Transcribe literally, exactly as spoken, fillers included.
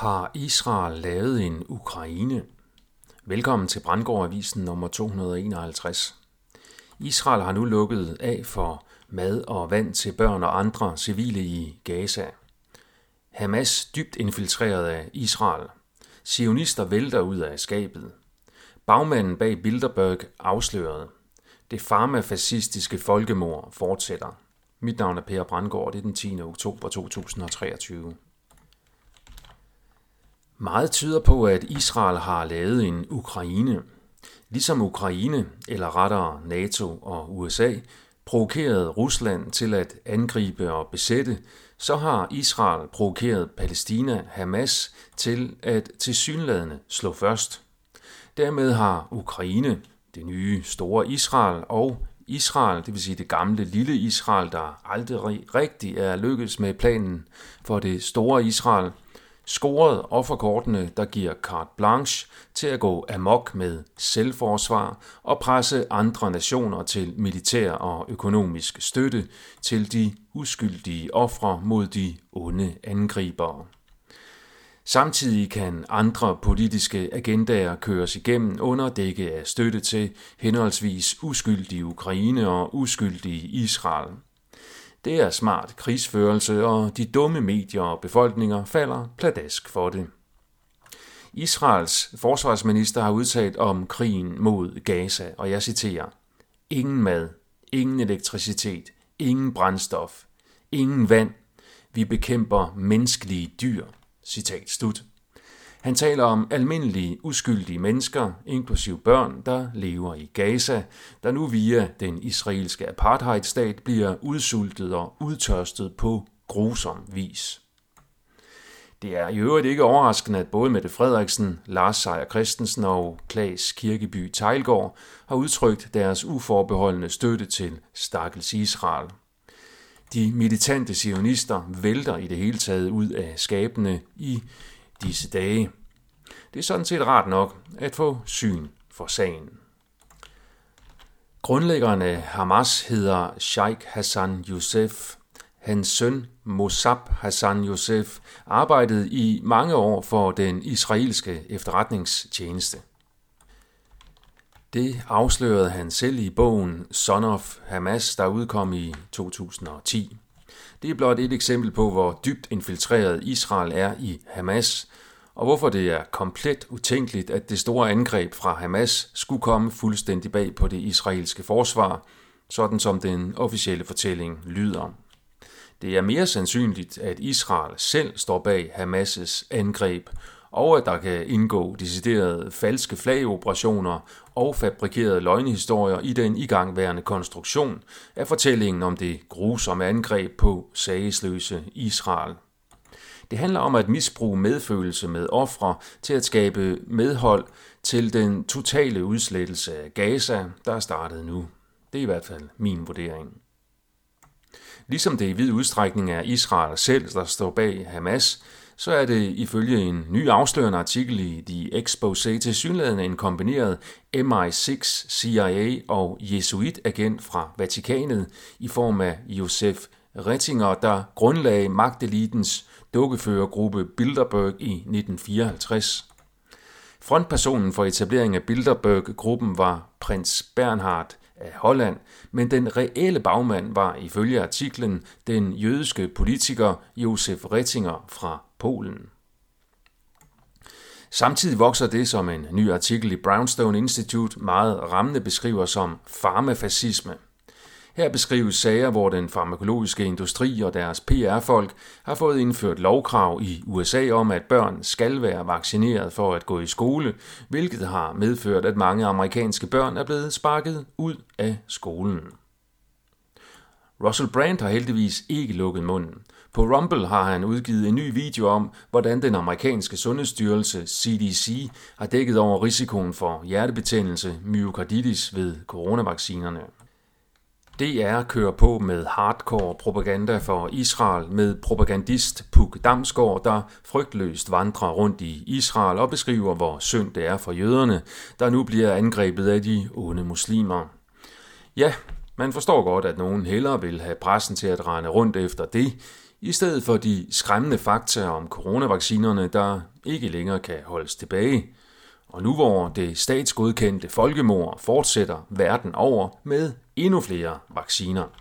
Har Israel lavet en Ukraine? Velkommen til Brandgård-avisen nummer to hundrede og enoghalvtreds. Israel har nu lukket af for mad og vand til børn og andre civile i Gaza. Hamas dybt infiltreret af Israel. Zionister vælter ud af skabet. Bagmanden bag Bilderberg afsløret. Det farmafascistiske folkemord fortsætter. Mit navn er Per Brandgård, det er den tiende oktober to tusind og treogtyve. Meget tyder på, at Israel har lavet en Ukraine. Ligesom Ukraine, eller rettere NATO og U S A, provokerede Rusland til at angribe og besætte, så har Israel provokeret Palæstina, Hamas, til at tilsyneladende slå først. Dermed har Ukraine, det nye store Israel, og Israel, det vil sige det gamle lille Israel, der aldrig rigtig er lykkedes med planen for det store Israel, scoret offerkortene, der giver carte blanche til at gå amok med selvforsvar og presse andre nationer til militær og økonomisk støtte til de uskyldige ofre mod de onde angribere. Samtidig kan andre politiske agendaer køres igennem under dække af støtte til henholdsvis uskyldige Ukraine og uskyldige Israel. Det er smart krigsførelse, og de dumme medier og befolkninger falder pladask for det. Israels forsvarsminister har udtalt om krigen mod Gaza, og jeg citerer: Ingen mad, ingen elektricitet, ingen brændstof, ingen vand. Vi bekæmper menneskelige dyr. Citat slut. Han taler om almindelige, uskyldige mennesker, inklusive børn, der lever i Gaza, der nu via den israelske apartheidstat bliver udsultet og udtørstet på grusom vis. Det er i øvrigt ikke overraskende, at både Mette Frederiksen, Lars Seier Christensen og Claes Kirkeby Teilgaard har udtrykt deres uforbeholdne støtte til stakkels Israel. De militante zionister vælter i det hele taget ud af skabene i disse dage. Det er sådan set rart nok at få syn for sagen. Grundlæggeren af Hamas hedder Sheikh Hassan Youssef. Hans søn Mossab Hassan Youssef arbejdede i mange år for den israelske efterretningstjeneste. Det afslørede han selv i bogen Son of Hamas, der udkom i to tusind og ti. Det er blot et eksempel på, hvor dybt infiltreret Israel er i Hamas, og hvorfor det er komplet utænkeligt, at det store angreb fra Hamas skulle komme fuldstændig bag på det israelske forsvar, sådan som den officielle fortælling lyder. Det er mere sandsynligt, at Israel selv står bag Hamas' angreb, og at der kan indgå deciderede falske flagoperationer og fabrikerede løgnehistorier i den igangværende konstruktion af fortællingen om det grusomme angreb på sagesløse Israel. Det handler om at misbruge medfølelse med ofre til at skabe medhold til den totale udslettelse af Gaza, der er startet nu. Det er i hvert fald min vurdering. Ligesom det i vid udstrækning er Israel selv, der står bag Hamas, så er det ifølge en ny afslørende artikel i The Exposé tilsyneladende en kombineret M I seks, C I A og jesuit-agent fra Vatikanet i form af Josef Ratzinger, der grundlagde magtelitens dukkeførergruppe Bilderberg i nitten fireoghalvtreds. Frontpersonen for etableringen af Bilderberg-gruppen var prins Bernhard af Holland, men den reelle bagmand var ifølge artiklen den jødiske politiker Josef Ratzinger fra Polen. Samtidig vokser det, som en ny artikel i Brownstone Institute meget rammende beskriver som farmafascisme. Her beskrives sager, hvor den farmakologiske industri og deres P R-folk har fået indført lovkrav i U S A om, at børn skal være vaccineret for at gå i skole, hvilket har medført, at mange amerikanske børn er blevet sparket ud af skolen. Russell Brand har heldigvis ikke lukket munden. På Rumble har han udgivet en ny video om, hvordan den amerikanske sundhedsstyrelse C D C har dækket over risikoen for hjertebetændelse, myokarditis ved coronavaccinerne. D R kører på med hardcore propaganda for Israel med propagandist Puk Damsgaard, der frygtløst vandrer rundt i Israel og beskriver, hvor synd det er for jøderne, der nu bliver angrebet af de onde muslimer. Ja, man forstår godt, at nogen hellere vil have pressen til at rende rundt efter det, i stedet for de skræmmende fakta om coronavaccinerne, der ikke længere kan holdes tilbage. Og nu hvor det statsgodkendte folkemord fortsætter verden over med endnu flere vacciner.